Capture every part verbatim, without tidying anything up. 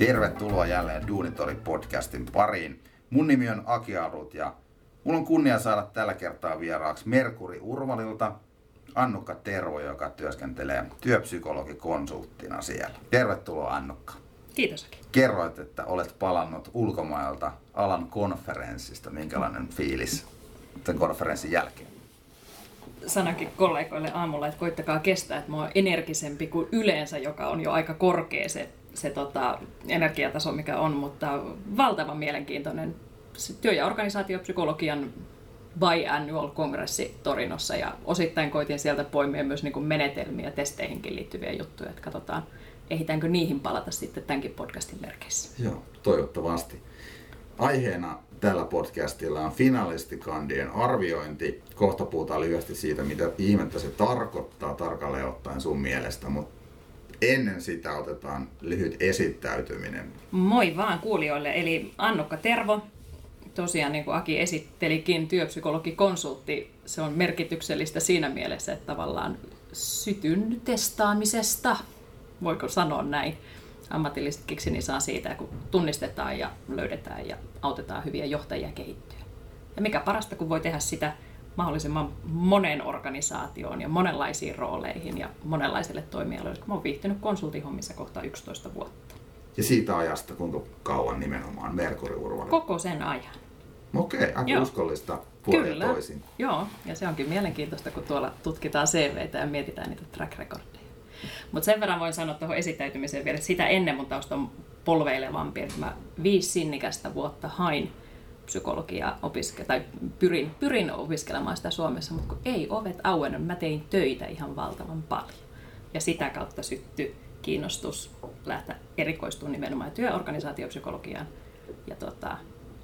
Tervetuloa jälleen Duunitori-podcastin pariin. Mun nimi on Aki Arut ja mulla on kunnia saada tällä kertaa vieraaksi Merkuri Urvalilta Annukka Tervo, joka työskentelee työpsykologikonsulttina siellä. Tervetuloa Annukka. Kiitos Aki. Kerroit, että olet palannut ulkomailta alan konferenssista. Minkälainen fiilis sen konferenssin jälkeen? Sanoinkin kollegoille aamulla, että koittakaa kestää, että mä oon energisempi kuin yleensä, joka on jo aika korkea se, se tota, energiataso, mikä on, mutta valtavan mielenkiintoinen työ- ja organisaatiopsykologian biannual-kongressi Torinossa, ja osittain koitin sieltä poimia myös niin kuin menetelmiä ja testeihinkin liittyviä juttuja, että katsotaan, ehditäänkö niihin palata sitten tämänkin podcastin merkeissä. Joo, toivottavasti. Aiheena tällä podcastilla on finalistikandien arviointi. Kohta puhutaan lyhyesti siitä, mitä ihmettä se tarkoittaa tarkalleen ottaen sun mielestä, mutta ennen sitä otetaan lyhyt esittäytyminen. Moi vaan kuulijoille, eli Annukka Tervo. Tosiaan niin kuin Aki esittelikin, työpsykologikonsultti, se on merkityksellistä siinä mielessä, että tavallaan sytyn testaamisesta, voiko sanoa näin, ammatilliset kiksini saa siitä, kun tunnistetaan ja löydetään ja autetaan hyviä johtajia kehittyä. Ja mikä parasta, kun voi tehdä sitä mahdollisimman monen organisaatioon ja monenlaisiin rooleihin ja monenlaisille toimialoille, kun mä oon viihtynyt konsultihommissa kohta yksitoista vuotta. Ja siitä ajasta kuinka kauan nimenomaan Merkuri Urvalilla? Koko sen ajan. Okei, aika Joo. uskollista puolia Kyllä. toisin. Joo, ja se onkin mielenkiintoista, kun tuolla tutkitaan C V:tä ja mietitään niitä track recordeja. Mutta sen verran voin sanoa tuohon esittäytymiseen vielä, että sitä ennen mun tausta on polveilevampi, että mä viisi sinnikästä vuotta hain psykologiaa opiske- tai pyrin, pyrin opiskelemaan sitä Suomessa, mutta kun ei ovet auennut, mä tein töitä ihan valtavan paljon. Ja sitä kautta syttyi kiinnostus lähteä erikoistumaan nimenomaan työorganisaatiopsykologiaan. Ja tota,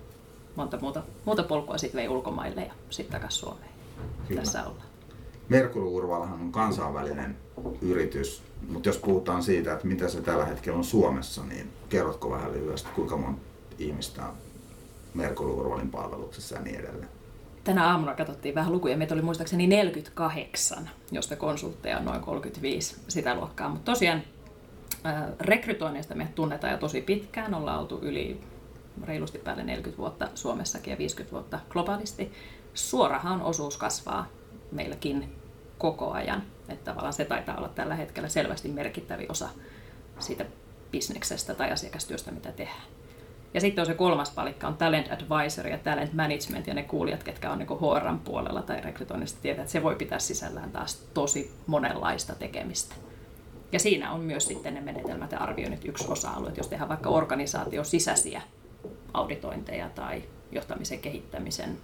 monta muuta, muuta polkua sitten vei ulkomaille ja sitten takaisin Suomeen. Kyllä. Tässä ollaan. Merkuri Urvalahan on kansainvälinen yritys, mutta jos puhutaan siitä, että mitä se tällä hetkellä on Suomessa, niin kerrotko vähän lyhyesti, kuinka monta ihmistä on Merkuri Urvalin palveluksessa ja niin edelleen? Tänä aamuna katsottiin vähän lukuja. Meitä oli muistaakseni neljäkymmentäkahdeksan, josta konsultteja on noin kolmekymmentäviisi sitä luokkaa. Mutta tosiaan äh, rekrytoinnista me tunnetaan jo tosi pitkään. Ollaan oltu yli reilusti päälle neljäkymmentä vuotta Suomessakin ja viisikymmentä vuotta globaalisti. Suorahan osuus kasvaa meilläkin koko ajan. Että tavallaan se taitaa olla tällä hetkellä selvästi merkittävä osa siitä bisneksestä tai asiakastyöstä, mitä tehdään. Ja sitten on se kolmas palikka, on talent advisor ja talent management, ja ne kuulijat, ketkä on niin kuin H R:n puolella tai rekrytoinnista, tietää, että se voi pitää sisällään taas tosi monenlaista tekemistä. Ja siinä on myös sitten ne menetelmät ja arvioinnit yksi osa-alue, jos tehdään vaikka organisaation sisäisiä auditointeja tai johtamisen kehittämisen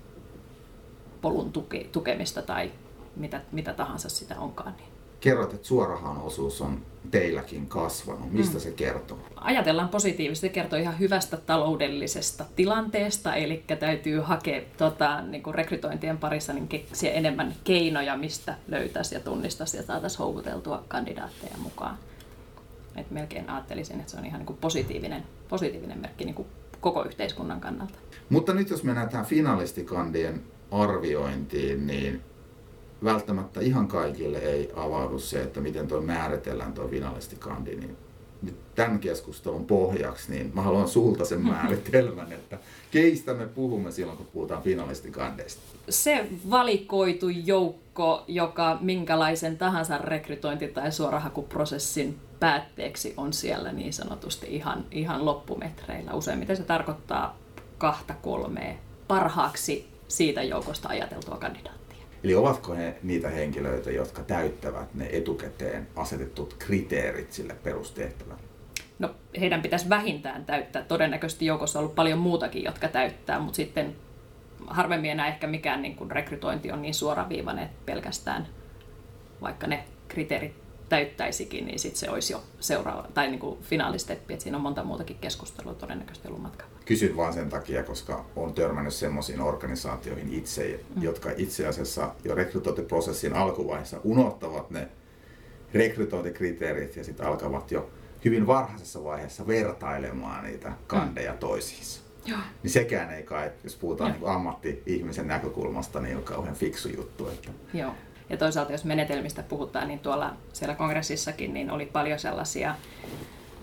polun tuke, tukemista tai mitä, mitä tahansa sitä onkaan. Niin. Kerroit, että suorahan osuus on teilläkin kasvanut. Mistä mm. se kertoo? Ajatellaan positiivisesti. Se kertoo ihan hyvästä taloudellisesta tilanteesta, eli täytyy hakea tota, niin kuin rekrytointien parissa niin keksiä enemmän keinoja, mistä löytäisi ja tunnistaisi ja saataisiin houkuteltua kandidaatteja mukaan. Et melkein ajattelisin, että se on ihan niin kuin positiivinen, positiivinen merkki niin kuin koko yhteiskunnan kannalta. Mutta nyt jos mennään tähän finalistikandien arviointiin, niin välttämättä ihan kaikille ei avaudu se, että miten tuo määritellään tuo finalistikandi. Niin nyt tämän keskustelun pohjaksi, niin mä haluan sulta sen määritelmän, että keistä me puhumme silloin, kun puhutaan finalistikandeista. Se valikoitu joukko, joka minkälaisen tahansa rekrytointi- tai suorahakuprosessin päätteeksi on siellä niin sanotusti ihan, ihan loppumetreillä. Useimmiten se tarkoittaa kahta kolmea parhaaksi siitä joukosta ajateltua kandidaattia. Eli ovatko he niitä henkilöitä, jotka täyttävät ne etukäteen asetetut kriteerit sille perustehtävälle? No, heidän pitäisi vähintään täyttää. Todennäköisesti joukossa on ollut paljon muutakin, jotka täyttää, mutta sitten harvemmin enää ehkä mikään niin kuin rekrytointi on niin suoraviivainen, että pelkästään vaikka ne kriteerit täyttäisikin, niin sitten se olisi jo seuraava, tai niin kuin finaalisteppi, että siinä on monta muutakin keskustelua todennäköisesti ollut matkalla. Kysyn vaan sen takia, koska olen törmännyt semmoisiin organisaatioihin itse, mm. jotka itse asiassa jo rekrytointiprosessin alkuvaiheessa unohtavat ne rekrytointikriteerit ja sitten alkavat jo hyvin varhaisessa vaiheessa vertailemaan niitä kandeja toisiinsa. Joo. Niin sekään ei kai, jos puhutaan niin ammatti-ihmisen näkökulmasta, niin on kauhean fiksu juttu. Että Joo. Ja toisaalta jos menetelmistä puhutaan, niin tuolla siellä kongressissakin niin oli paljon sellaisia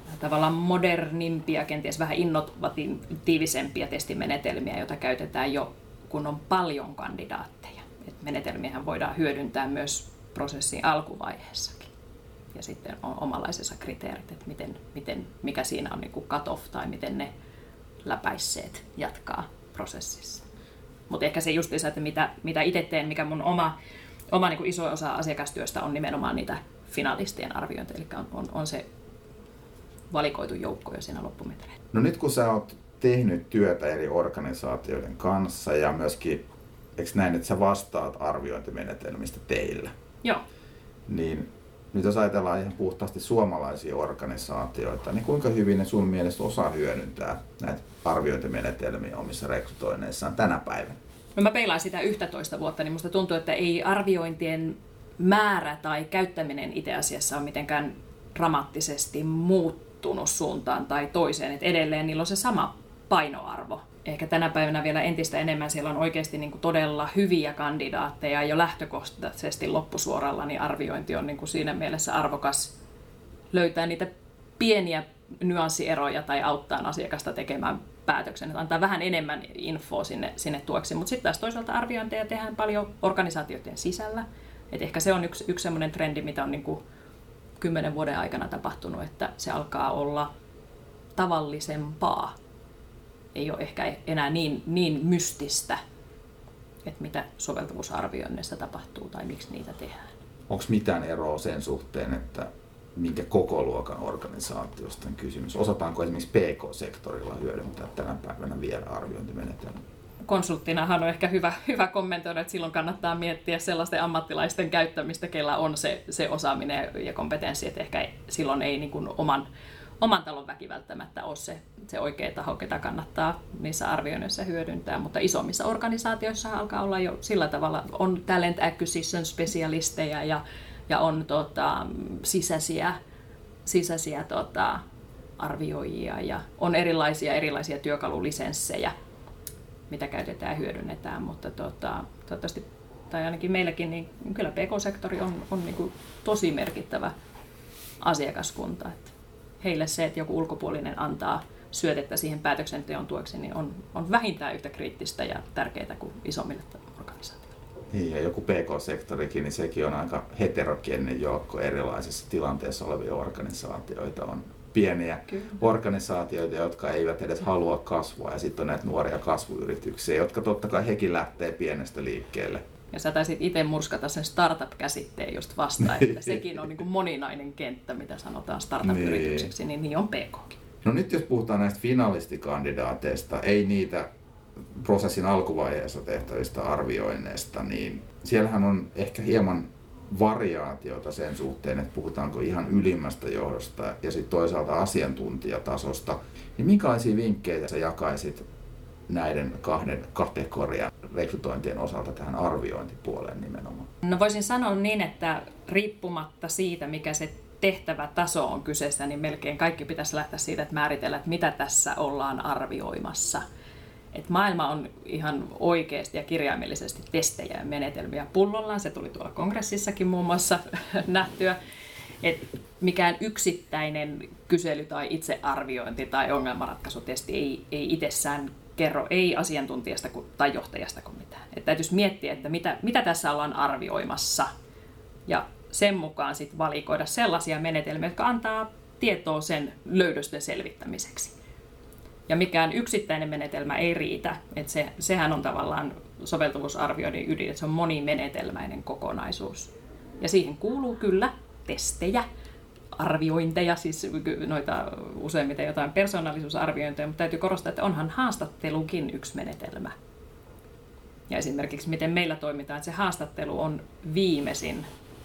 tavallaan modernimpia, kenties vähän innovatiivisempia testimenetelmiä, joita käytetään jo, kun on paljon kandidaatteja. Et menetelmiähän voidaan hyödyntää myös prosessin alkuvaiheessakin. Ja sitten on omanlaisensa kriteerit, että miten, miten, mikä siinä on niin kuin cut-off tai miten ne läpäisseet jatkaa prosessissa. Mutta ehkä se justiinsa, että mitä, mitä itse teen, mikä mun oma, oma niin kuin iso osa asiakastyöstä on nimenomaan niitä finalistien arviointia, eli on, on, on se valikoitu joukko jo siinä loppumetreillä. No nyt kun sä oot tehnyt työtä eri organisaatioiden kanssa ja myöskin, eikö näin, että sä vastaat arviointimenetelmistä teillä? Joo. Niin nyt jos ajatellaan ihan puhtaasti suomalaisia organisaatioita, niin kuinka hyvin ne sun mielestä osaa hyödyntää näitä arviointimenetelmiä omissa rekrytoinneissaan tänä päivänä? No mä peilaan sitä yksitoista vuotta, niin musta tuntuu, että ei arviointien määrä tai käyttäminen itse asiassa ole mitenkään dramaattisesti muuttunut suuntaan tai toiseen. Et edelleen niillä on se sama painoarvo. Ehkä tänä päivänä vielä entistä enemmän siellä on oikeasti niin kuin todella hyviä kandidaatteja jo lähtökohtaisesti loppusuoralla, niin arviointi on niin kuin siinä mielessä arvokas löytää niitä pieniä nyanssieroja tai auttaa asiakasta tekemään päätöksen, että antaa vähän enemmän infoa sinne, sinne tueksi. Mutta sitten taas toisaalta arviointeja tehdään paljon organisaatioiden sisällä. Et ehkä se on yksi, yksi sellainen trendi, mitä on niin kuin kymmenen vuoden aikana tapahtunut, että se alkaa olla tavallisempaa. Ei ole ehkä enää niin, niin mystistä, että mitä soveltuvuusarvioinnissa tapahtuu tai miksi niitä tehdään. Onko mitään eroa sen suhteen, että minkä koko luokan organisaatiosta on kysymys? Osataanko esimerkiksi P K-sektorilla hyödyntää tänä päivänä vielä arviointimenetelmiä? Konsulttinahan on ehkä hyvä, hyvä kommentoida, että silloin kannattaa miettiä sellaisten ammattilaisten käyttämistä, kellä on se, se osaaminen ja kompetenssi, että ehkä silloin ei niin kuin oman, oman talon väki välttämättä ole se, se oikea taho, ketä kannattaa niissä arvioinnissa hyödyntää, mutta isommissa organisaatioissa alkaa olla jo sillä tavalla, on talent acquisition specialisteja ja, ja on tota, sisäisiä, sisäisiä tota, arvioijia ja on erilaisia, erilaisia työkalulisenssejä, mitä käytetään ja hyödynnetään, mutta tota, toivottavasti, tai ainakin meilläkin, niin kyllä P K-sektori on, on niin kuin tosi merkittävä asiakaskunta. Että heille se, että joku ulkopuolinen antaa syötettä siihen päätöksenteon tueksi, niin on, on vähintään yhtä kriittistä ja tärkeää kuin isommille organisaatioille. Niin, ja joku P K-sektorikin, niin sekin on aika heterogeeninen joukko erilaisissa tilanteissa olevia organisaatioita. On pieniä Kyllä. organisaatioita, jotka eivät edes halua kasvua, ja sitten on näitä nuoria kasvuyrityksiä, jotka totta kai hekin lähtee pienestä liikkeelle. Ja sä taisit itse murskata sen startup-käsitteen just vasta, että sekin on niin kuin moninainen kenttä, mitä sanotaan startup-yritykseksi, niin niin on P K:kin. No nyt jos puhutaan näistä finalistikandidaateista, ei niitä prosessin alkuvaiheessa tehtävistä arvioinneista, niin siellähän on ehkä hieman variaatiota sen suhteen, että puhutaanko ihan ylimmästä johdosta ja sitten toisaalta asiantuntijatasosta. Niin minkälaisia vinkkejä sä jakaisit näiden kahden kategorian rekrytointien osalta tähän arviointipuoleen nimenomaan? No voisin sanoa niin, että riippumatta siitä, mikä se tehtävätaso on kyseessä, niin melkein kaikki pitäisi lähteä siitä, että määritellä, että mitä tässä ollaan arvioimassa. Et maailma on ihan oikeasti ja kirjaimellisesti testejä ja menetelmiä pullollaan. Se tuli tuolla kongressissakin muun muassa nähtyä. Et mikään yksittäinen kysely tai itsearviointi tai ongelmanratkaisutesti ei, ei itsessään kerro ei asiantuntijasta tai johtajasta kuin mitään. Et täytyisi miettiä, että mitä, mitä tässä ollaan arvioimassa ja sen mukaan sit valikoida sellaisia menetelmiä, jotka antaa tietoa sen löydösten selvittämiseksi. Ja mikään yksittäinen menetelmä ei riitä. Että se, sehän on tavallaan soveltuvuusarvioinnin ydin, että se on monimenetelmäinen kokonaisuus. Ja siihen kuuluu kyllä testejä, arviointeja, siis noita useimmiten jotain persoonallisuusarviointeja, mutta täytyy korostaa, että onhan haastattelukin yksi menetelmä. Ja esimerkiksi miten meillä toimitaan, että se haastattelu on viimeisin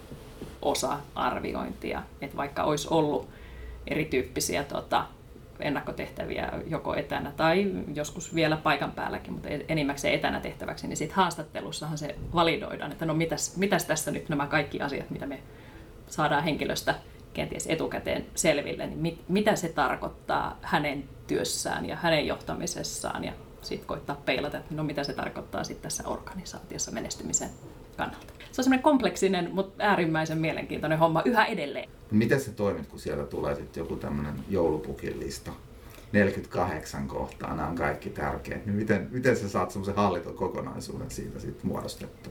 osa arviointia. Että vaikka olisi ollut erityyppisiä tota, ennakkotehtäviä joko etänä tai joskus vielä paikan päälläkin, mutta enimmäkseen etänä tehtäväksi, niin sitten haastattelussahan se validoidaan, että no mitäs, mitäs tässä nyt nämä kaikki asiat, mitä me saadaan henkilöstä kenties etukäteen selville, niin mit, mitä se tarkoittaa hänen työssään ja hänen johtamisessaan ja sitten koittaa peilata, että no mitä se tarkoittaa sitten tässä organisaatiossa menestymisen kannalta. se on semmoinen kompleksinen, mutta äärimmäisen mielenkiintoinen homma yhä edelleen. Miten sä toimit, kun siellä tulee sitten joku tämmöinen joulupukin lista? neljäkymmentäkahdeksan kohtaa, nämä on kaikki tärkeät. Niin miten, miten sä saat semmoisen hallintokokonaisuuden siitä sitten muodostettua?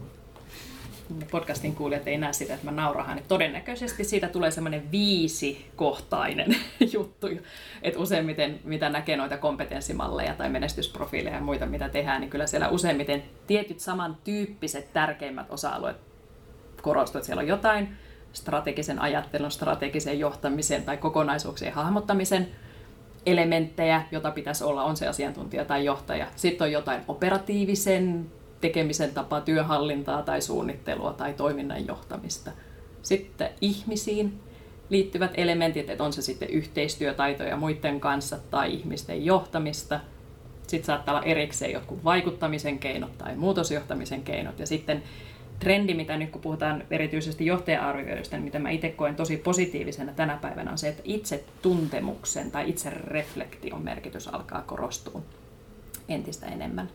Podcastin kuulijat ei näe sitä, että mä naurahan. Että todennäköisesti siitä tulee semmoinen viisikohtainen juttu. Että useimmiten, mitä näkee noita kompetenssimalleja tai menestysprofiileja ja muita, mitä tehdään, niin kyllä siellä useimmiten tietyt samantyyppiset tärkeimmät osa-alueet korostuvat. Siellä on jotain strategisen ajattelun, strategisen johtamisen tai kokonaisuuksien hahmottamisen elementtejä, jota pitäisi olla, on se asiantuntija tai johtaja. Sitten on jotain operatiivisen tekemisen tapaa, työhallintaa tai suunnittelua tai toiminnan johtamista. Sitten ihmisiin liittyvät elementit, että on se sitten yhteistyötaitoja muiden kanssa tai ihmisten johtamista. Sitten saattaa olla erikseen jotkut vaikuttamisen keinot tai muutosjohtamisen keinot. Ja sitten trendi, mitä nyt kun puhutaan erityisesti johtaja-arvioidusta, niin mitä mä itse koen tosi positiivisena tänä päivänä, on se, että itse tuntemuksen tai itse reflektion merkitys alkaa korostua entistä enemmän.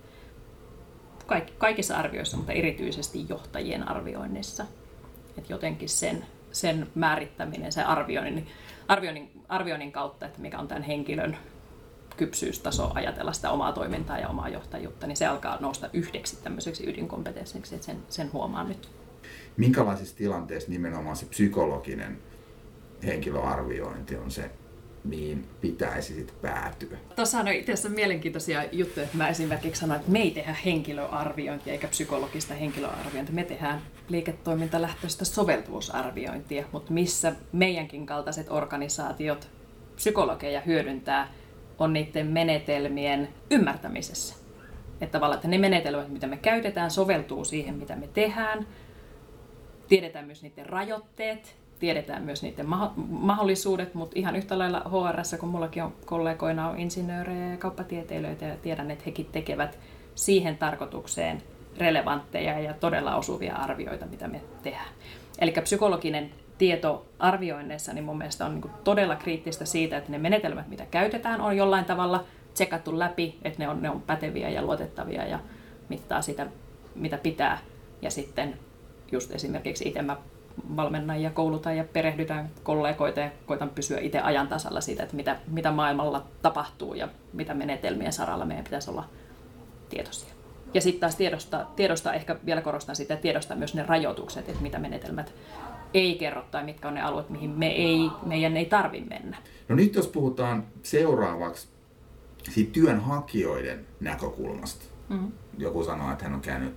Kaik- kaikissa arvioissa, mutta erityisesti johtajien arvioinnissa. Et jotenkin sen, sen määrittäminen, sen arvioinnin, arvioinnin, arvioinnin kautta, että mikä on tämän henkilön kypsyystaso ajatella sitä omaa toimintaa ja omaa johtajuutta, niin se alkaa nousta yhdeksi tämmöiseksi ydinkompetenssiksi, että sen, sen huomaa nyt. Minkälaisissa tilanteissa nimenomaan se psykologinen henkilöarviointi on se, mihin pitäisi sitten päätyä? Tuossa on itse asiassa mielenkiintoisia juttuja, että mä esimerkiksi sanoin, että me ei tehdä henkilöarviointia eikä psykologista henkilöarviointia, me tehdään liiketoimintalähtöistä soveltuvuusarviointia, mutta missä meidänkin kaltaiset organisaatiot psykologeja hyödyntää, on niiden menetelmien ymmärtämisessä. Että tavallaan, että ne menetelmät, mitä me käytetään, soveltuu siihen, mitä me tehdään. Tiedetään myös niiden rajoitteet, tiedetään myös niiden mahdollisuudet, mutta ihan yhtä lailla H R:ssä, kun mullakin on kollegoina on insinöörejä ja kauppatieteilijöitä, ja tiedän, että hekin tekevät siihen tarkoitukseen relevantteja ja todella osuvia arvioita, mitä me tehdään. Eli psykologinen tieto arvioinneissa niin mun mielestä on niin todella kriittistä siitä, että ne menetelmät, mitä käytetään, on jollain tavalla tsekattu läpi, että ne on, ne on päteviä ja luotettavia ja mittaa sitä, mitä pitää. Ja sitten just esimerkiksi itse mä valmennan ja koulutan ja perehdytän kollegoita ja koitan pysyä itse ajan tasalla siitä, että mitä, mitä maailmalla tapahtuu ja mitä menetelmien saralla meidän pitäisi olla tietoisia. Ja sitten taas tiedostaa, tiedostaa, ehkä vielä korostan sitä, että tiedostaa myös ne rajoitukset, että mitä menetelmät ei kerro tai mitkä on ne alueet, mihin me ei, meidän ei tarvitse mennä. No nyt jos puhutaan seuraavaksi siitä työnhakijoiden näkökulmasta. Mm-hmm. Joku sanoo, että hän on käynyt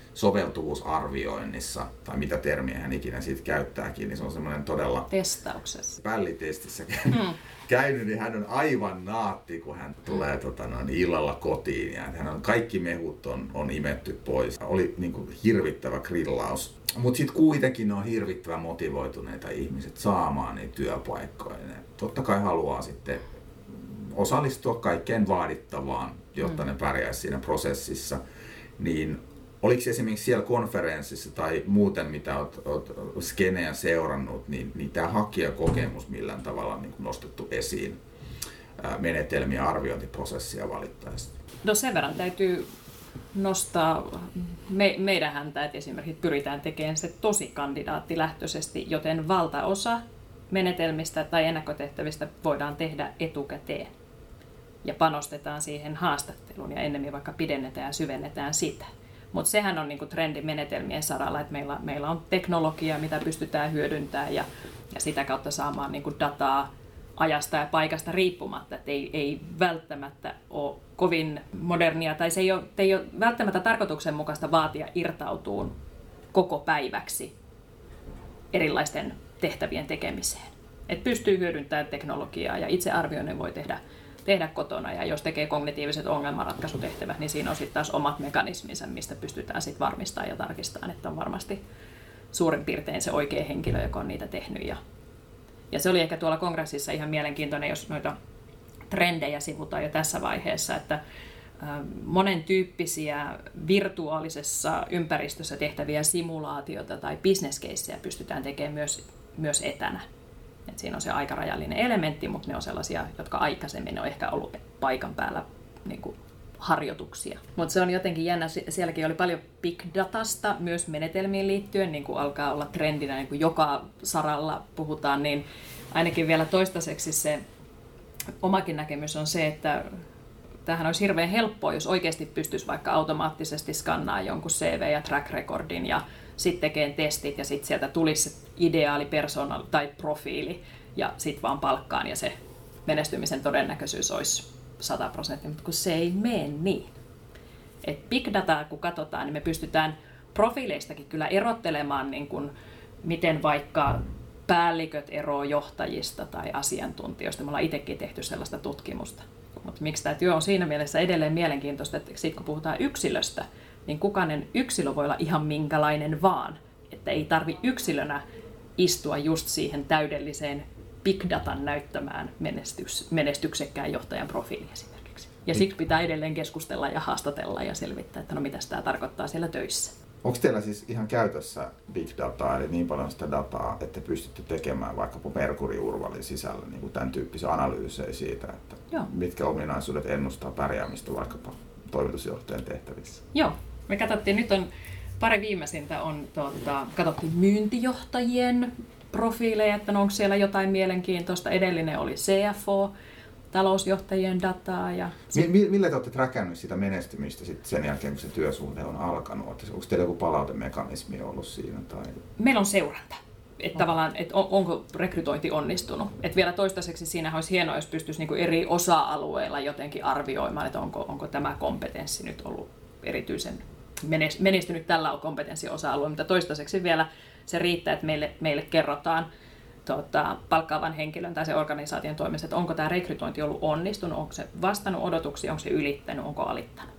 soveltuvuusarvioinnissa, tai mitä termiä hän ikinä siitä käyttääkin, niin se on semmoinen todella testauksessa. Pällitestissä käynyt, mm. käynyt, niin hän on aivan naatti, kun hän tulee mm. tota, no, illalla kotiin, ja hän on, kaikki mehut on, on imetty pois. Oli niin kuin hirvittävä grillaus. Mutta sitten kuitenkin ne on hirvittävän motivoituneita ihmiset saamaan niitä työpaikkoja. Ne totta kai haluaa sitten osallistua kaikkeen vaadittavaan, jotta mm. ne pärjäisi siinä prosessissa. Niin oliko esimerkiksi siellä konferenssissa tai muuten, mitä olet, olet skeneä seurannut, niin, niin tämä hakijakokemus millään tavalla niin kuin nostettu esiin menetelmiä arviointiprosessia valittaessa? No sen verran täytyy nostaa me, meidän häntä, että esimerkiksi pyritään tekemään se tosi kandidaattilähtöisesti, joten valtaosa menetelmistä tai ennakkotehtävistä voidaan tehdä etukäteen. Ja panostetaan siihen haastatteluun ja ennemmin vaikka pidennetään ja syvennetään sitä. Mutta sehän on niinku trendi menetelmien saralla, että meillä, meillä on teknologia, mitä pystytään hyödyntämään ja, ja sitä kautta saamaan niinku dataa ajasta ja paikasta riippumatta. Et ei, ei välttämättä ole kovin modernia tai se ei ole, ei ole välttämättä tarkoituksenmukaista vaatia irtautuun koko päiväksi erilaisten tehtävien tekemiseen. Et pystyy hyödyntämään teknologiaa ja itse arvioinnin voi tehdä tehdä kotona, ja jos tekee kognitiiviset ongelmanratkaisutehtävät, niin siinä on sitten taas omat mekanisminsa, mistä pystytään sitten varmistamaan ja tarkistamaan, että on varmasti suurin piirtein se oikea henkilö, joka on niitä tehnyt. Ja, ja se oli ehkä tuolla kongressissa ihan mielenkiintoinen, jos noita trendejä sivutaan jo tässä vaiheessa, että monen tyyppisiä virtuaalisessa ympäristössä tehtäviä simulaatioita tai business-keissejä pystytään tekemään myös, myös etänä. Et siinä on se aikarajallinen elementti, mutta ne on sellaisia, jotka aikaisemmin on ehkä ollut paikan päällä niin kuin harjoituksia. Mutta se on jotenkin jännä, sielläkin oli paljon big datasta myös menetelmiin liittyen, niin kuin alkaa olla trendinä, niin kuin joka saralla puhutaan, niin ainakin vielä toistaiseksi se omakin näkemys on se, että tämähän olisi hirveän helppoa, jos oikeasti pystyisi vaikka automaattisesti skannaamaan jonkun C V ja track recordin ja sitten tekemään testit ja sitten sieltä tulisi ideaali persona tai profiili ja sitten vaan palkkaan ja se menestymisen todennäköisyys olisi sata prosenttia, mutta kun se ei mene niin. Et big dataa kun katsotaan, niin me pystytään profiileistakin kyllä erottelemaan, niin kuin, miten vaikka päälliköt eroaa johtajista tai asiantuntijoista. Me ollaan itsekin tehty sellaista tutkimusta. Mutta miksi tämä työ on siinä mielessä edelleen mielenkiintoista, että sit kun puhutaan yksilöstä, niin kukainen yksilö voi olla ihan minkälainen vaan. Että ei tarvi yksilönä istua just siihen täydelliseen big datan näyttämään menestys, menestyksekkään johtajan profiili esimerkiksi. Ja siksi pitää edelleen keskustella ja haastatella ja selvittää, että no mitä tämä tarkoittaa siellä töissä. Onko teillä siis ihan käytössä big dataa, eli niin paljon sitä dataa, että pystytte tekemään vaikkapa Mercury-urvalin sisällä niin kuin tämän tyyppisiä analyysejä siitä, että Joo. mitkä ominaisuudet ennustaa pärjäämistä vaikkapa toimitusjohtajan tehtävissä? Joo, me katsottiin, nyt on pari viimeisintä on, tuota, katsottiin myyntijohtajien profiileja, että no onko siellä jotain mielenkiintoista. Edellinen oli C F O, talousjohtajien dataa. Ja sit... Millä te olette trackannut sitä menestymistä sit sen jälkeen, kun se työsuhde on alkanut? Onko teillä joku palautemekanismi ollut siinä? Tai... Meillä on seuranta. Että no. tavallaan, että on, onko rekrytointi onnistunut. Että vielä toistaiseksi siinä olisi hienoa, jos pystyisi niinku eri osa-alueilla jotenkin arvioimaan, että onko, onko tämä kompetenssi nyt ollut erityisen menestynyt tällä kompetenssiosa-alueella, mutta toistaiseksi vielä se riittää, että meille, meille kerrotaan tuota, palkkaavan henkilön tai sen organisaation toimesta, että onko tämä rekrytointi ollut onnistunut, onko se vastannut odotuksia, onko se ylittänyt, onko alittanut.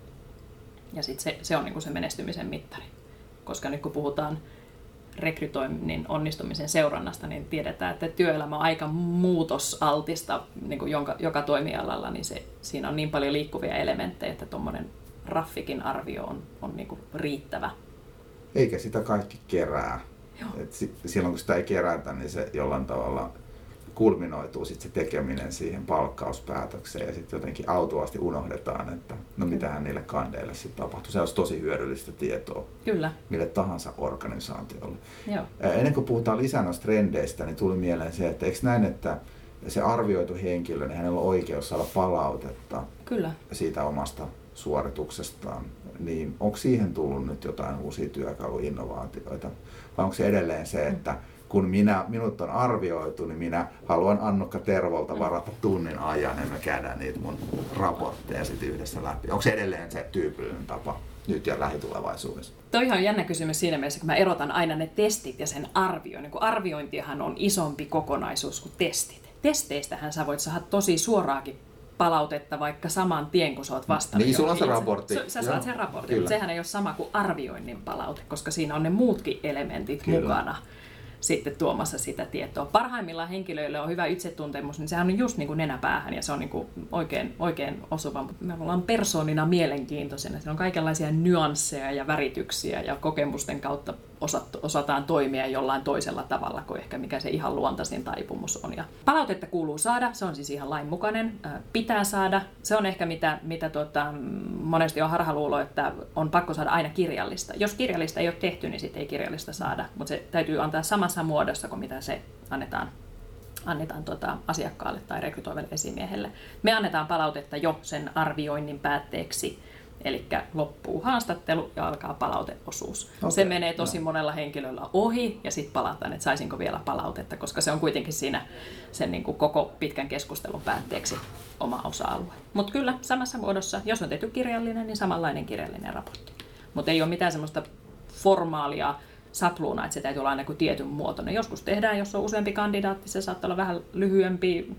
Ja sitten se, se on niin kuin se menestymisen mittari. Koska nyt kun puhutaan rekrytoinnin onnistumisen seurannasta, niin tiedetään, että työelämä on aika muutosaltista niin kuin jonka, joka toimialalla, niin se, siinä on niin paljon liikkuvia elementtejä, että tuommoinen raffikin arvio on, on niin kuin riittävä. Eikä sitä kaikki kerää. Et silloin kun sitä ei kerätä, niin se jollain tavalla kulminoituu sit se tekeminen siihen palkkauspäätökseen ja sitten jotenkin autuaasti unohdetaan, että no mitähän niille kandeille sitten tapahtuu. Se olisi tosi hyödyllistä tietoa Kyllä. mille tahansa organisaatiolle. Joo. Ennen kuin puhutaan lisää noista trendeistä, niin tuli mieleen se, että eikö näin, että se arvioitu henkilö, niin hänellä on oikeus saada palautetta Kyllä. siitä omasta suorituksestaan, niin onko siihen tullut nyt jotain uusia työkaluinnovaatioita? Vai onko se edelleen se, että kun minä, minut on arvioitu, niin minä haluan Annukka Tervolta varata tunnin ajan ja me käydään niitä mun raportteja sitten yhdessä läpi. Onko se edelleen se tyypillinen tapa nyt ja lähitulevaisuudessa? Toi on jännä kysymys siinä mielessä, kun mä erotan aina ne testit ja sen arvioinnin, kun arviointihan on isompi kokonaisuus kuin testit. Testeistähän sä voit saada tosi suoraakin palautetta vaikka saman tien, kun sä oot vastannut. Niin, sulla on se itse. raportti. Sä, sä saat sen raportin, mutta sehän ei ole sama kuin arvioinnin palaute, koska siinä on ne muutkin elementit Kyllä. mukana sitten tuomassa sitä tietoa. Parhaimmillaan henkilöille on hyvä itsetuntemus, niin sehän on just niin kuin nenäpäähän ja se on niin kuin oikein, oikein osuva. Me ollaan persoonina mielenkiintoisena. Siinä on kaikenlaisia nyansseja ja värityksiä ja kokemusten kautta osat, osataan toimia jollain toisella tavalla kuin ehkä mikä se ihan luontaisin taipumus on. Ja palautetta kuuluu saada, se on siis ihan lainmukainen, pitää saada. Se on ehkä mitä, mitä tuota, monesti on harhaluulo, että on pakko saada aina kirjallista. Jos kirjallista ei ole tehty, niin sitten ei kirjallista saada, mutta se täytyy antaa samassa muodossa kuin mitä se annetaan, annetaan tuota asiakkaalle tai rekrytoivalle esimiehelle. Me annetaan palautetta jo sen arvioinnin päätteeksi. Eli loppuu haastattelu ja alkaa palauteosuus. Okay, se menee tosi no. monella henkilöllä ohi ja sitten palataan, että saisinko vielä palautetta, koska se on kuitenkin siinä sen niin kuin koko pitkän keskustelun päätteeksi oma osa-alue. Mutta kyllä samassa muodossa, jos on tehty kirjallinen, niin samanlainen kirjallinen raportti. Mutta ei ole mitään semmoista formaalia sapluunaa, että se täytyy olla aina kuin tietyn muotoinen. Joskus tehdään, jos on useampi kandidaatti, se saattaa olla vähän lyhyempi,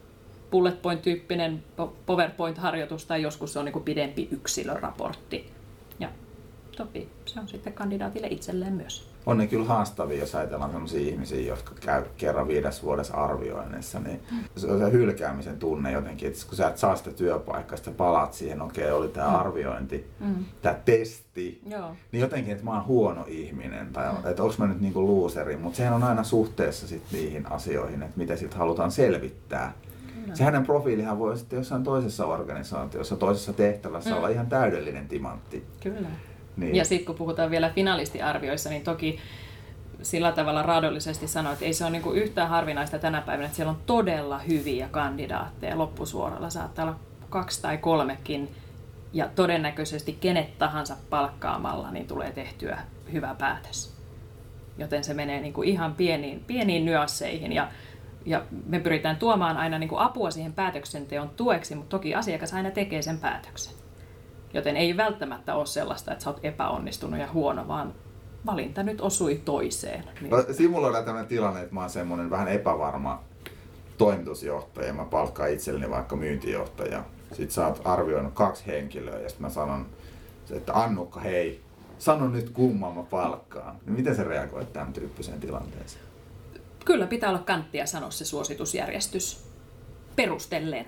bullet point-tyyppinen PowerPoint-harjoitus tai joskus se on niin kuin pidempi yksilöraportti. Ja toki se on sitten kandidaatille itselleen myös. On ne kyllä haastavia, jos ajatellaan sellaisia ihmisiä, jotka käy kerran viides vuodessa arvioinnissa, niin se on se hylkäämisen tunne jotenkin, että kun sä et saa sitä työpaikkaa, sitten palaat siihen, okei, okay, oli tämä mm. arviointi, mm. tämä testi, Joo. niin jotenkin, että mä oon huono ihminen tai mm. että onko mä nyt niinku looseri, mutta sehän on aina suhteessa sit niihin asioihin, että miten siltä halutaan selvittää. Se hänen profiilihan voi sitten jossain toisessa organisaatiossa, toisessa tehtävässä mm. olla ihan täydellinen timantti. Kyllä. Niin. Ja sitten kun puhutaan vielä finalistiarvioissa, niin toki sillä tavalla raadollisesti sanoa, että ei se ole niin kuin yhtään harvinaista tänä päivänä, että siellä on todella hyviä kandidaatteja loppusuoralla. Saattaa olla kaksi tai kolmekin, ja todennäköisesti kenet tahansa palkkaamalla niin tulee tehtyä hyvä päätös. Joten se menee niin kuin ihan pieniin, pieniin nyansseihin, ja, ja me pyritään tuomaan aina niin kuin apua siihen päätöksenteon tueksi, mutta toki asiakas aina tekee sen päätöksen. Joten ei välttämättä ole sellaista, että sä oot epäonnistunut ja huono, vaan valinta nyt osui toiseen. Niin. No, simuloidaan tämmöinen tilanne, että mä oon semmoinen vähän epävarma toimitusjohtaja. Mä palkkaan itselleni vaikka myyntijohtaja. Sitten sä oot arvioinut kaksi henkilöä ja sitten mä sanon, että Annukka, hei, sano nyt kumman mä palkkaan. Niin miten sä reagoit tämän tyyppiseen tilanteeseen? Kyllä pitää olla kanttia sanoa se suositusjärjestys perustellen.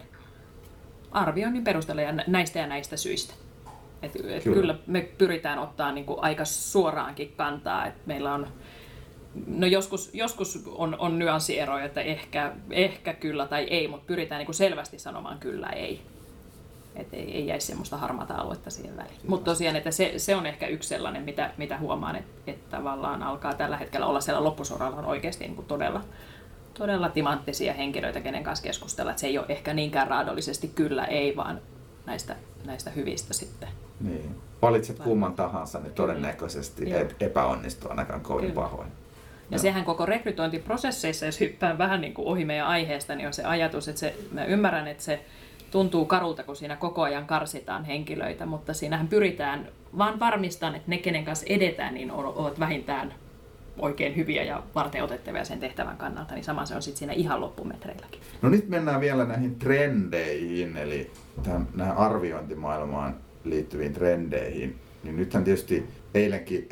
Arvioinnin perustellen ja näistä ja näistä syistä. Et, et kyllä. kyllä me pyritään ottaa niinku aika suoraankin kantaa, että meillä on, no joskus, joskus on, on nyanssieroja, että ehkä, ehkä kyllä tai ei, mutta pyritään niinku selvästi sanomaan kyllä ei. Että ei, ei jäisi semmoista harmaata aluetta siihen väliin. Mutta tosiaan, että se, se on ehkä yksi sellainen, mitä, mitä huomaan, että, että tavallaan alkaa tällä hetkellä olla siellä loppusuoralla on oikeasti niinku todella, todella timanttisia henkilöitä, kenen kanssa keskustella. Että se ei ole ehkä niinkään raadollisesti kyllä ei, vaan näistä, näistä hyvistä sitten. Niin. Valitset kumman tahansa, niin todennäköisesti Kyllä. et epäonnistu ainakaan kovin Kyllä. pahoin. Ja no. sehän koko rekrytointiprosesseissa, jos hyppään vähän niin kuin ohi meidän aiheesta, niin on se ajatus, että se, mä ymmärrän, että se tuntuu karulta, kun siinä koko ajan karsitaan henkilöitä, mutta siinähän pyritään vaan varmistamaan, että ne, kenen kanssa edetään, niin ovat vähintään oikein hyviä ja varteenotettavia sen tehtävän kannalta, niin sama se on sitten siinä ihan loppumetreilläkin. No nyt mennään vielä näihin trendeihin, eli tämän, näihin arviointimaailmaan liittyviin trendeihin. Niin nythän tietysti eilenkin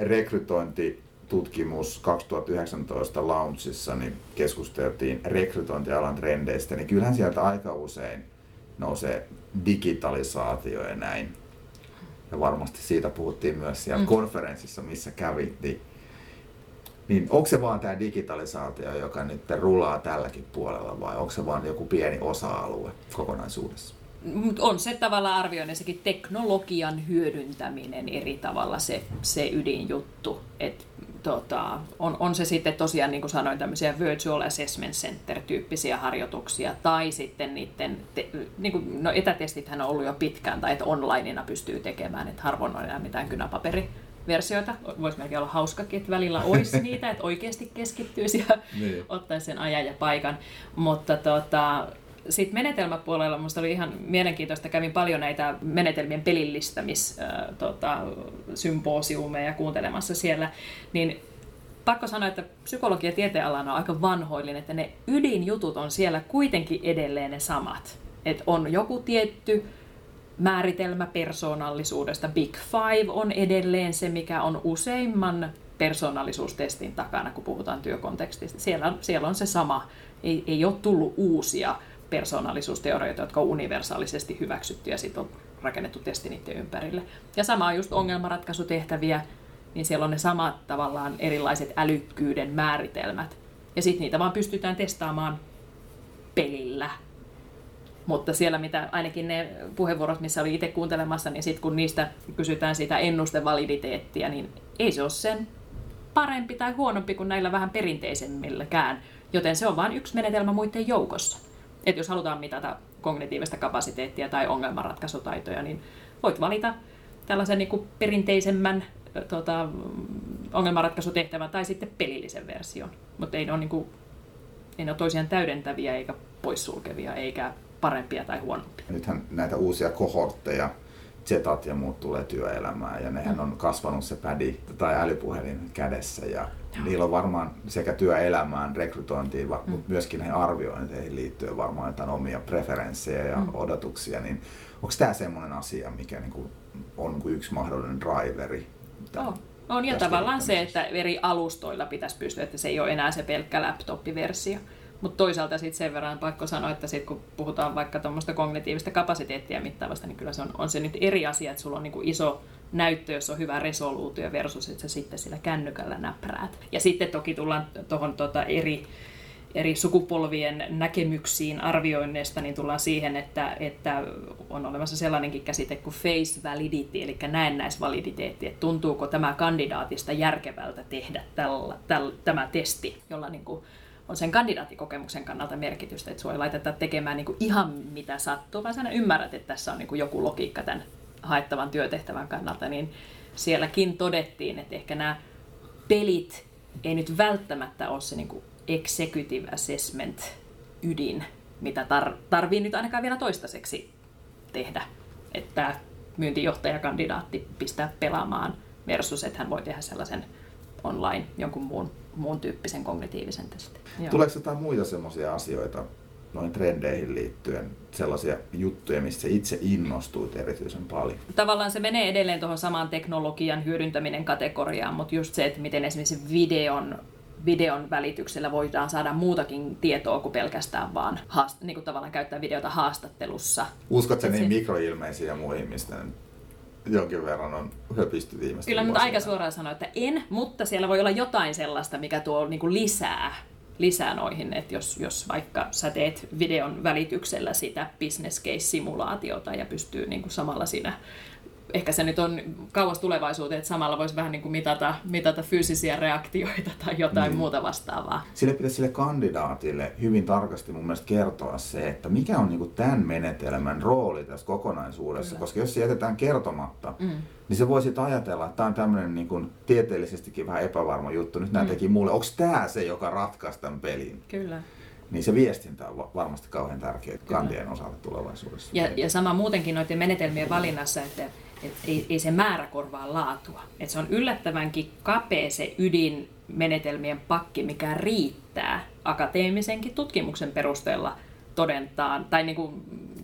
rekrytointitutkimus kaksituhattayhdeksäntoista launchissa niin keskusteltiin rekrytointialan trendeistä, niin kyllähän sieltä aika usein nousee digitalisaatio ja näin. Ja varmasti siitä puhuttiin myös siellä mm. konferenssissa, missä kävit. Niin, niin onko se vaan tämä digitalisaatio, joka nyt rullaa tälläkin puolella, vai onko se vaan joku pieni osa-alue kokonaisuudessa? On se tavallaan arvioinnissakin teknologian hyödyntäminen eri tavalla se, se ydinjuttu. Et, tota, on, on se sitten tosiaan, niin kuin sanoin, tämmöisiä Virtual Assessment Center-tyyppisiä harjoituksia, tai sitten niiden, te, niin kuin, no etätestithän on ollut jo pitkään, tai että onlineina pystyy tekemään, että harvoin on enää mitään kynäpaperiversioita. Voisi melkein olla hauskakin, että välillä olisi niitä, että oikeasti keskittyisi ja niin. ottaisi sen ajan ja paikan, mutta tota, sitten menetelmäpuolella minusta oli ihan mielenkiintoista, kävin paljon näitä menetelmien pelillistämis-symposiumeja kuuntelemassa siellä, niin pakko sanoa, että psykologia tieteenalana on aika vanhoillinen, että ne ydinjutut on siellä kuitenkin edelleen ne samat. Että on joku tietty määritelmä persoonallisuudesta, Big Five on edelleen se, mikä on useimman persoonallisuustestin takana, kun puhutaan työkontekstista. Siellä, siellä on se sama, ei, ei ole tullut uusia persoonallisuusteorioita, jotka on universaalisesti hyväksytty ja sitten on rakennettu testi niiden ympärille. Ja sama on just ongelmanratkaisutehtäviä, niin siellä on ne samat tavallaan erilaiset älykkyyden määritelmät. Ja sitten niitä vaan pystytään testaamaan pelillä. Mutta siellä, mitä ainakin ne puheenvuorot, missä oli itse kuuntelemassa, niin sitten kun niistä kysytään sitä ennustevaliditeettia, niin ei se ole sen parempi tai huonompi kuin näillä vähän perinteisemmilläkään. Joten se on vain yksi menetelmä muiden joukossa. Että jos halutaan mitata kognitiivista kapasiteettia tai ongelmanratkaisutaitoja, niin voit valita tällaisen niin kuin perinteisemmän tota, ongelmanratkaisutehtävän tai sitten pelillisen version. Mutta ei ne ole, niin kuin, ei ne ole toisiaan täydentäviä eikä poissulkevia eikä parempia tai huonompia. Nythän näitä uusia kohortteja, Zetat ja muut tulee työelämään ja nehän on kasvanut se pädi tai älypuhelin kädessä ja Joo. niillä on varmaan sekä työelämään, rekrytointiin, mm. mutta myöskin näihin arviointeihin liittyen varmaan jotain omia preferenssejä ja mm. odotuksia. Niin onko tämä semmoinen asia, mikä niinku on niinku yksi mahdollinen driveri? Oh. On ja tavallaan se, että eri alustoilla pitäisi pystyä, että se ei ole enää se pelkkä laptop-versio. Mutta toisaalta sitten sen verran pakko sanoa, että sit kun puhutaan vaikka tuommoista kognitiivista kapasiteettia mittaavasta, niin kyllä se on, on se nyt eri asia, että sulla on niinku iso näyttö, jos on hyvä resoluutio versus, että sä sitten sillä kännykällä näppäräät. Ja sitten toki tullaan tuohon tota eri, eri sukupolvien näkemyksiin arvioinneista, niin tullaan siihen, että, että on olemassa sellainenkin käsite kuin face validity, eli näennäisvaliditeetti, että tuntuuko tämä kandidaatista järkevältä tehdä tällä, täl, tämä testi, jolla niin kuin on sen kandidaatikokemuksen kannalta merkitystä, että sinua ei laiteta tekemään niin kuin ihan mitä sattuu, vaan sinä ymmärrät, että tässä on niin kuin joku logiikka tämän haettavan työtehtävän kannalta, niin sielläkin todettiin, että ehkä nämä pelit ei nyt välttämättä ole se niin kuin executive assessment ydin, mitä tar- tarvii nyt ainakaan vielä toistaiseksi tehdä, että myyntijohtajakandidaatti pistää pelaamaan versus, että hän voi tehdä sellaisen online jonkun muun, muun tyyppisen kognitiivisen testin. Joo. Tuleeko jotain muita semmoisia asioita noihin trendeihin liittyen, sellaisia juttuja, missä itse innostuit erityisen paljon? Tavallaan se menee edelleen tuohon samaan teknologian hyödyntäminen kategoriaan, mutta just se, että miten esimerkiksi videon, videon välityksellä voidaan saada muutakin tietoa kuin pelkästään vaan haast- niin kuin tavallaan käyttää videota haastattelussa. Uskotko se... niin mikroilmeisiin ja muihin, mistä jonkin verran on höpisty viimeistä Kyllä nyt aika suoraan sanoa, että en, mutta siellä voi olla jotain sellaista, mikä tuo niin kuin lisää. lisää noihin, että jos, jos vaikka sä teet videon välityksellä sitä business case-simulaatiota ja pystyy niin kuin samalla siinä, ehkä se nyt on kauas tulevaisuuteen, että samalla voisi vähän niin kuin mitata, mitata fyysisiä reaktioita tai jotain niin. muuta vastaavaa. Sille pitäisi sille kandidaatille hyvin tarkasti mun mielestä kertoa se, että mikä on niin kuin tämän menetelmän rooli tässä kokonaisuudessa, Kyllä. koska jos se jätetään kertomatta, mm. niin se voisi ajatella, että tämä on tämmöinen niin kuin tieteellisestikin vähän epävarma juttu. Nyt nämä mm. teki mulle. Onko tämä se, joka ratkaisi tämän pelin? Kyllä. Niin se viestintä on varmasti kauhean tärkeää kandien osalta tulevaisuudessa. Ja, ja sama muutenkin noiden menetelmien valinnassa, että et ei, ei se määrä korvaa laatua. Et se on yllättävänkin kapea se ydinmenetelmien pakki, mikä riittää akateemisenkin tutkimuksen perusteella todentaan tai niin kuin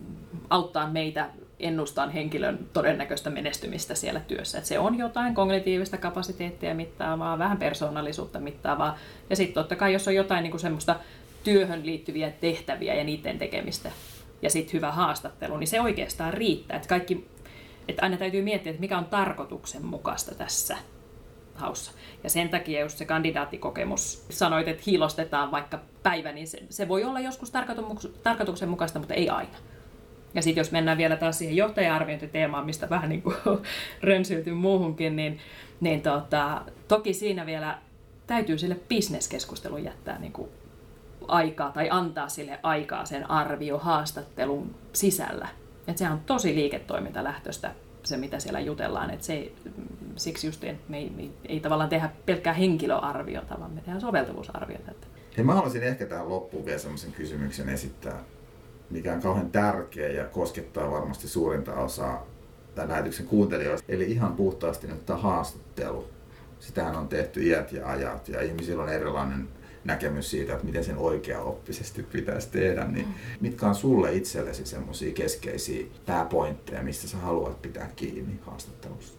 auttaa meitä ennustaa henkilön todennäköistä menestymistä siellä työssä. Et se on jotain kognitiivista kapasiteettia mittaavaa, vähän persoonallisuutta mittaavaa. Ja sitten totta kai, jos on jotain niin kuin semmoista työhön liittyviä tehtäviä ja niiden tekemistä ja sitten hyvä haastattelu, niin se oikeastaan riittää. Että kaikki, että aina täytyy miettiä, että mikä on tarkoituksenmukaista tässä haussa. Ja sen takia just se kandidaattikokemus, sanoit, että hiilostetaan vaikka päivä, niin se, se voi olla joskus tarkoituksenmukaista, mutta ei aina. Ja sitten jos mennään vielä taas siihen johtaja-arviointiteemaan, mistä vähän niin kuin rönsyytyy muuhunkin, niin, niin tota, toki siinä vielä täytyy sille bisneskeskustelun jättää niin kuin aikaa tai antaa sille aikaa sen arviohaastattelun sisällä. Et sehän on tosi liiketoimintalähtöistä se, mitä siellä jutellaan. Et se, siksi just, että me ei, me ei tavallaan tehdä pelkkää henkilöarviota, vaan me tehdään soveltuvuusarviota. Hei, mä haluaisin ehkä tähän loppuun vielä sellaisen kysymyksen esittää, mikä on kauhean tärkeä ja koskettaa varmasti suurinta osaa tämän lähetyksen kuuntelijoista. Eli ihan puhtaasti nyt tämä haastattelu. Sitähän on tehty iät ja ajat ja ihmisillä on erilainen näkemys siitä, että miten sen oikeaoppisesti pitäisi tehdä. Niin mitkä on sulle itsellesi semmoisia keskeisiä pääpointteja, mistä sä haluat pitää kiinni haastattelussa?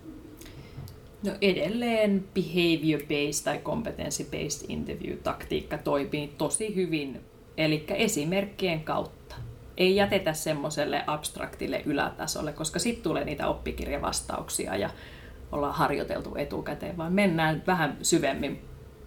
No edelleen behavior-based tai competency-based interview-taktiikka toimii tosi hyvin, eli esimerkkien kautta. Ei jätetä semmoiselle abstraktille ylätasolle, koska sitten tulee niitä oppikirjavastauksia ja ollaan harjoiteltu etukäteen, vaan mennään vähän syvemmin,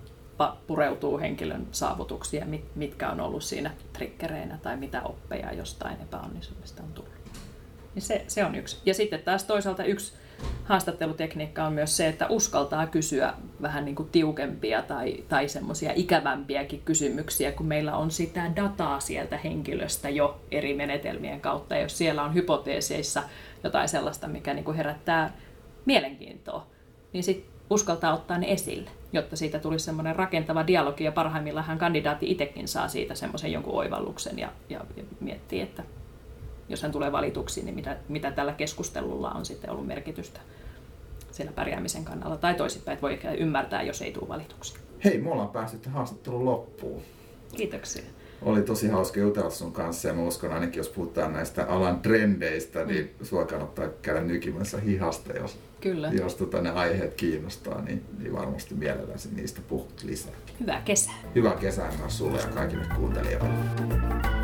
pureutuu henkilön saavutuksia, mitkä on ollut siinä triggereinä tai mitä oppeja jostain epäonnistumista on tullut. Ja se, se on yksi. Ja sitten taas toisaalta yksi haastattelutekniikka on myös se, että uskaltaa kysyä vähän niin kuin tiukempia tai, tai semmoisia ikävämpiäkin kysymyksiä, kun meillä on sitä dataa sieltä henkilöstä jo eri menetelmien kautta. Ja jos siellä on hypoteeseissa jotain sellaista, mikä niin kuin herättää mielenkiintoa, niin sitten uskaltaa ottaa ne esille, jotta siitä tulisi semmoinen rakentava dialogi ja parhaimmillaan kandidaatti itsekin saa siitä semmoisen jonkun oivalluksen ja, ja, ja miettii, että jos hän tulee valituksi, niin mitä, mitä tällä keskustelulla on sitten ollut merkitystä siellä pärjäämisen kannalla tai toisinpäin, että voi ehkä ymmärtää, jos ei tule valituksi. Hei, me ollaan päästy haastattelun loppuun. Kiitoksia. Oli tosi hauska jutella sun kanssa ja mä uskon ainakin, jos puhutaan näistä alan trendeistä, niin mm. sua kannattaa käydä nykimässä hihasta, jos, Kyllä. jos tota ne aiheet kiinnostaa, niin, niin varmasti mielelläsi niistä puhut lisää. Hyvää kesää. Hyvää kesää myös sulle ja kaikille kuuntelijoille.